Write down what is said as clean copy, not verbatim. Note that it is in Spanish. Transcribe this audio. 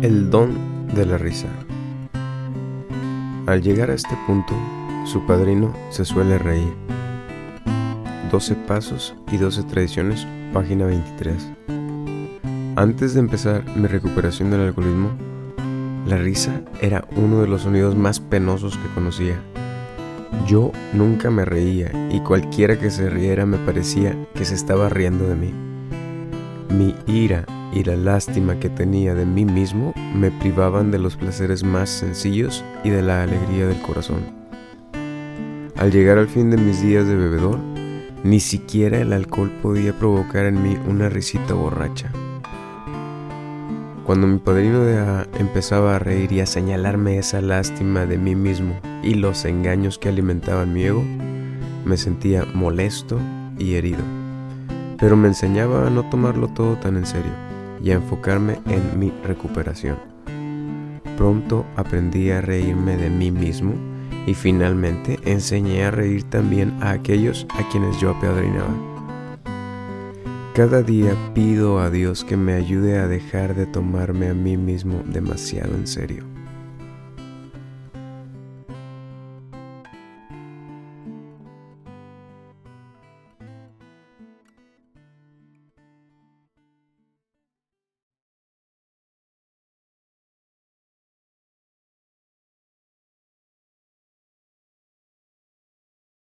El don de la risa. Al llegar a este punto, su padrino se suele reír. 12 pasos y 12 tradiciones, página 23. Antes de empezar mi recuperación del alcoholismo, la risa era uno de los sonidos más penosos que conocía. Yo nunca me reía y cualquiera que se riera me parecía que se estaba riendo de mí. Mi ira y la lástima que tenía de mí mismo me privaban de los placeres más sencillos y de la alegría del corazón. Al llegar al fin de mis días de bebedor, ni siquiera el alcohol podía provocar en mí una risita borracha. Cuando mi padrino empezaba a reír y a señalarme esa lástima de mí mismo y los engaños que alimentaban mi ego, me sentía molesto y herido. Pero me enseñaba a no tomarlo todo tan en serio y a enfocarme en mi recuperación. Pronto aprendí a reírme de mí mismo y finalmente enseñé a reír también a aquellos a quienes yo apadrinaba. Cada día pido a Dios que me ayude a dejar de tomarme a mí mismo demasiado en serio.